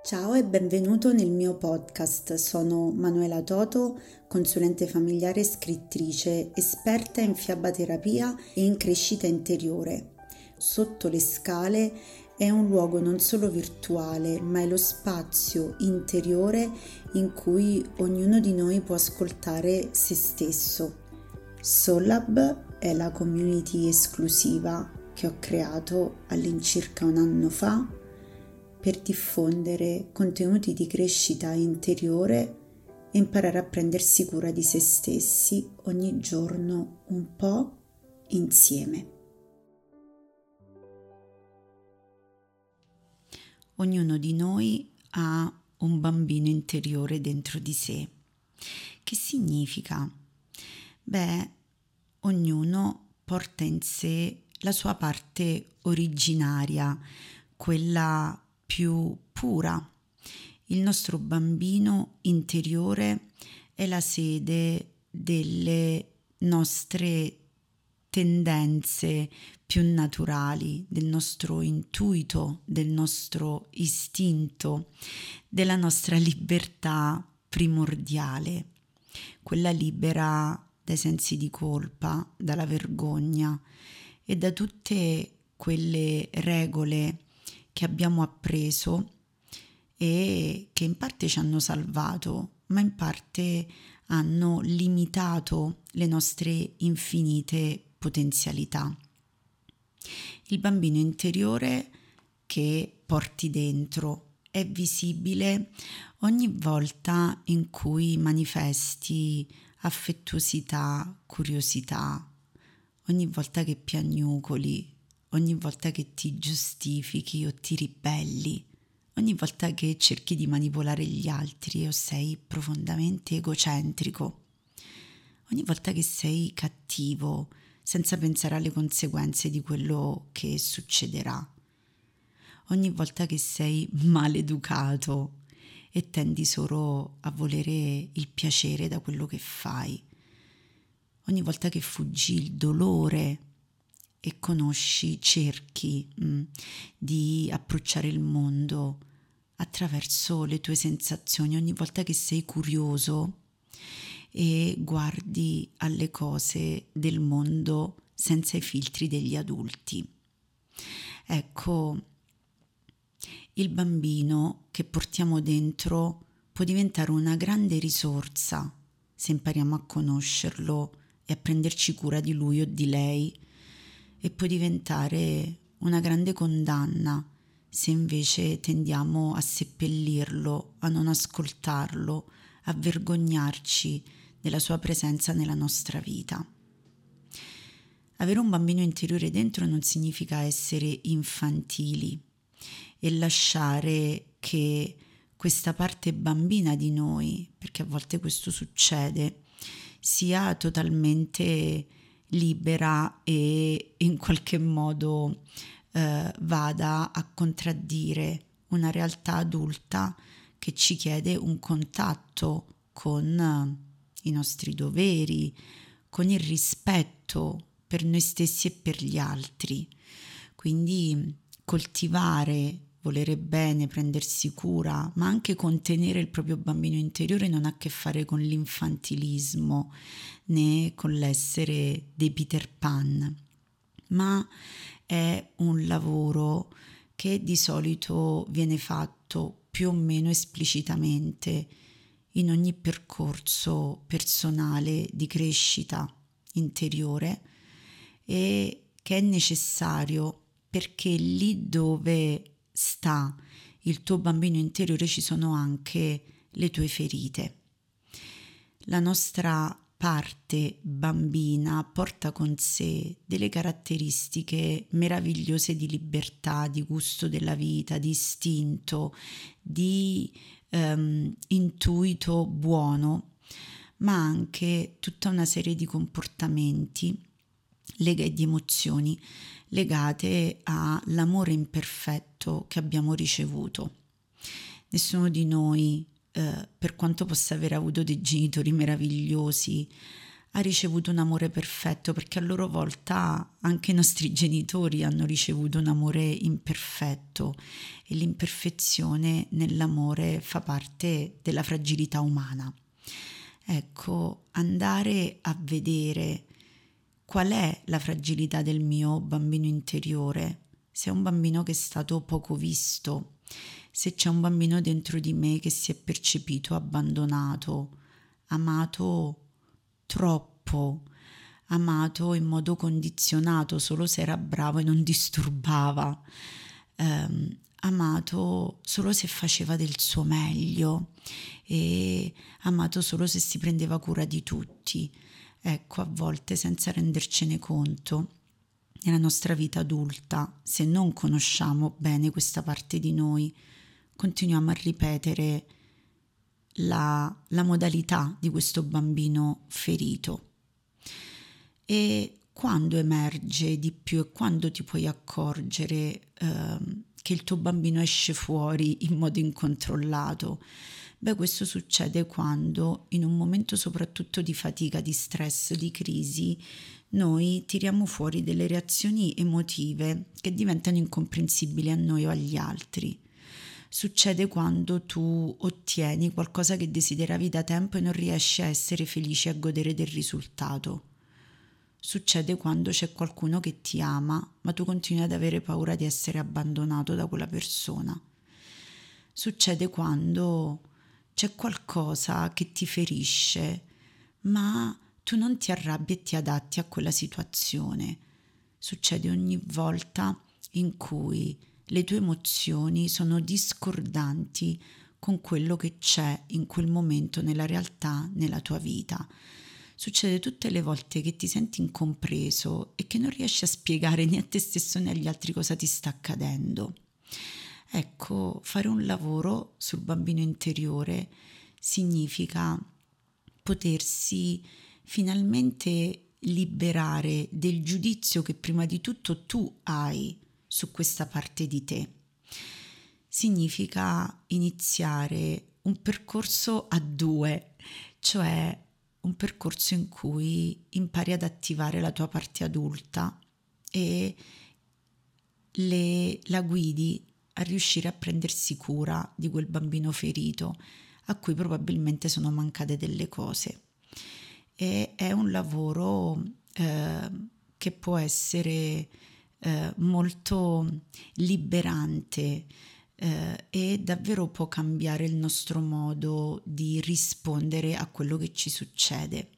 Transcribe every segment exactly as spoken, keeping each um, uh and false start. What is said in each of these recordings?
Ciao e benvenuto nel mio podcast. Sono Manuela Toto, consulente familiare e scrittrice, esperta in fiabaterapia e in crescita interiore. Sotto le scale è un luogo non solo virtuale, ma è lo spazio interiore in cui ognuno di noi può ascoltare se stesso. Sollab è la community esclusiva che ho creato all'incirca un anno fa per diffondere contenuti di crescita interiore e imparare a prendersi cura di se stessi ogni giorno un po' insieme. Ognuno di noi ha un bambino interiore dentro di sé. Che significa? Beh, ognuno porta in sé la sua parte originaria, quella più pura. Il nostro bambino interiore è la sede delle nostre tendenze più naturali, del nostro intuito, del nostro istinto, della nostra libertà primordiale, quella libera dai sensi di colpa, dalla vergogna e da tutte quelle regole che abbiamo appreso e che in parte ci hanno salvato, ma in parte hanno limitato le nostre infinite potenzialità. Il bambino interiore che porti dentro è visibile ogni volta in cui manifesti affettuosità, curiosità, ogni volta che piagnucoli, ogni volta che ti giustifichi o ti ribelli, ogni volta che cerchi di manipolare gli altri o sei profondamente egocentrico, ogni volta che sei cattivo senza pensare alle conseguenze di quello che succederà, ogni volta che sei maleducato e tendi solo a volere il piacere da quello che fai, ogni volta che fuggi il dolore e conosci, cerchi mh, di approcciare il mondo attraverso le tue sensazioni, ogni volta che sei curioso e guardi alle cose del mondo senza i filtri degli adulti. Ecco, il bambino che portiamo dentro può diventare una grande risorsa se impariamo a conoscerlo e a prenderci cura di lui o di lei, e può diventare una grande condanna se invece tendiamo a seppellirlo, a non ascoltarlo, a vergognarci della sua presenza nella nostra vita. Avere un bambino interiore dentro non significa essere infantili e lasciare che questa parte bambina di noi, perché a volte questo succede, sia totalmente libera e in qualche modo eh, vada a contraddire una realtà adulta che ci chiede un contatto con eh, i nostri doveri, con il rispetto per noi stessi e per gli altri. Quindi coltivare, volere bene, prendersi cura, ma anche contenere il proprio bambino interiore non ha a che fare con l'infantilismo né con l'essere dei Peter Pan, ma è un lavoro che di solito viene fatto più o meno esplicitamente in ogni percorso personale di crescita interiore e che è necessario perché lì dove sta il tuo bambino interiore ci sono anche le tue ferite. La nostra parte bambina porta con sé delle caratteristiche meravigliose di libertà, di gusto della vita, di istinto, di ehm, intuito buono, ma anche tutta una serie di comportamenti e di emozioni legate all'amore imperfetto che abbiamo ricevuto. Nessuno di noi, eh, per quanto possa aver avuto dei genitori meravigliosi, ha ricevuto un amore perfetto, perché a loro volta anche i nostri genitori hanno ricevuto un amore imperfetto e l'imperfezione nell'amore fa parte della fragilità umana. Ecco, andare a vedere qual è la fragilità del mio bambino interiore, se è un bambino che è stato poco visto, se c'è un bambino dentro di me che si è percepito abbandonato, amato troppo, amato in modo condizionato solo se era bravo e non disturbava, ehm, amato solo se faceva del suo meglio e amato solo se si prendeva cura di tutti. Ecco, a volte senza rendercene conto, nella nostra vita adulta, se non conosciamo bene questa parte di noi, continuiamo a ripetere la, la modalità di questo bambino ferito. E quando emerge di più e quando ti puoi accorgere ehm, che il tuo bambino esce fuori in modo incontrollato? Beh, questo succede quando in un momento soprattutto di fatica, di stress, di crisi, noi tiriamo fuori delle reazioni emotive che diventano incomprensibili a noi o agli altri. Succede quando tu ottieni qualcosa che desideravi da tempo e non riesci a essere felice e a godere del risultato. Succede quando c'è qualcuno che ti ama, ma tu continui ad avere paura di essere abbandonato da quella persona. Succede quando c'è qualcosa che ti ferisce, ma tu non ti arrabbi e ti adatti a quella situazione. Succede ogni volta in cui le tue emozioni sono discordanti con quello che c'è in quel momento nella realtà, nella tua vita. Succede tutte le volte che ti senti incompreso e che non riesci a spiegare né a te stesso né agli altri cosa ti sta accadendo. Ecco, fare un lavoro sul bambino interiore significa potersi finalmente liberare del giudizio che prima di tutto tu hai su questa parte di te. Significa iniziare un percorso a due, cioè un percorso in cui impari ad attivare la tua parte adulta e le, la guidi a riuscire a prendersi cura di quel bambino ferito a cui probabilmente sono mancate delle cose. E è un lavoro eh, che può essere eh, molto liberante eh, e davvero può cambiare il nostro modo di rispondere a quello che ci succede.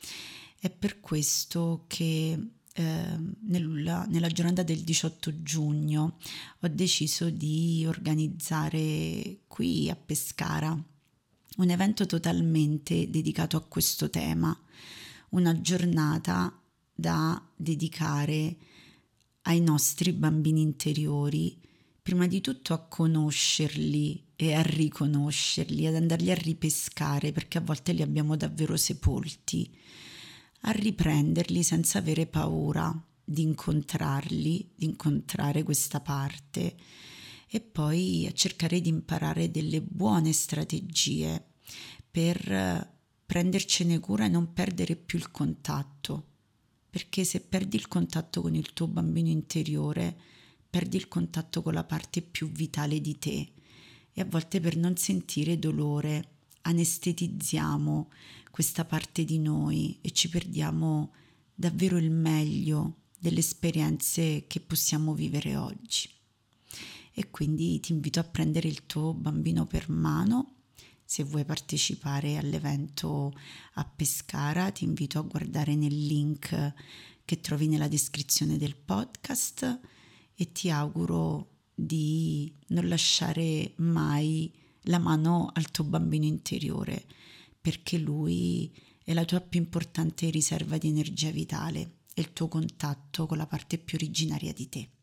È per questo che eh, nella, nella giornata del diciotto giugno ho deciso di organizzare qui a Pescara un evento totalmente dedicato a questo tema, una giornata da dedicare ai nostri bambini interiori, prima di tutto a conoscerli e a riconoscerli, ad andarli a ripescare, perché a volte li abbiamo davvero sepolti, a riprenderli senza avere paura di incontrarli, di incontrare questa parte e poi a cercare di imparare delle buone strategie per prendercene cura e non perdere più il contatto, perché se perdi il contatto con il tuo bambino interiore, perdi il contatto con la parte più vitale di te e a volte per non sentire dolore anestetizziamo questa parte di noi e ci perdiamo davvero il meglio delle esperienze che possiamo vivere oggi. E quindi ti invito a prendere il tuo bambino per mano. Se vuoi partecipare all'evento a Pescara, ti invito a guardare nel link che trovi nella descrizione del podcast e ti auguro di non lasciare mai la mano al tuo bambino interiore, perché lui è la tua più importante riserva di energia vitale, è il tuo contatto con la parte più originaria di te.